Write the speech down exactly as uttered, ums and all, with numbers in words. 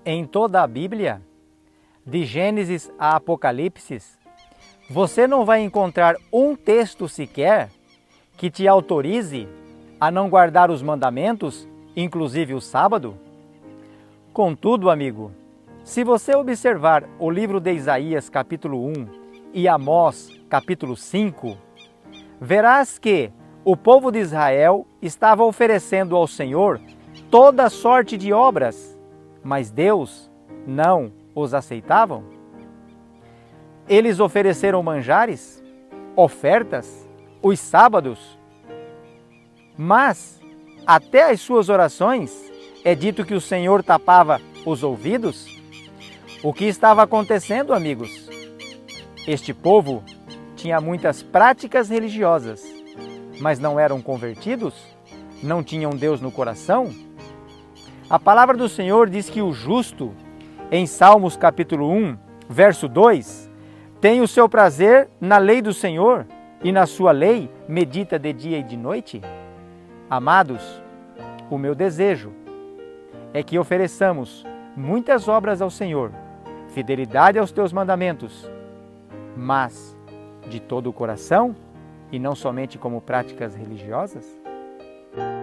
Em toda a Bíblia, de Gênesis a Apocalipse, você não vai encontrar um texto sequer que te autorize a não guardar os mandamentos, inclusive o sábado? Contudo, amigo, se você observar o livro de Isaías capítulo um e Amós capítulo cinco, verás que o povo de Israel estava oferecendo ao Senhor toda sorte de obras, mas Deus não os aceitavam. Eles ofereceram manjares, ofertas, os sábados, mas até as suas orações é dito que o Senhor tapava os ouvidos. O que estava acontecendo, amigos? Este povo tinha muitas práticas religiosas, mas não eram convertidos? Não tinham Deus no coração? A palavra do Senhor diz que o justo, em Salmos capítulo um, verso dois, tem o seu prazer na lei do Senhor e na sua lei medita de dia e de noite? Amados, o meu desejo é que ofereçamos muitas obras ao Senhor, fidelidade aos teus mandamentos, mas de todo o coração e não somente como práticas religiosas?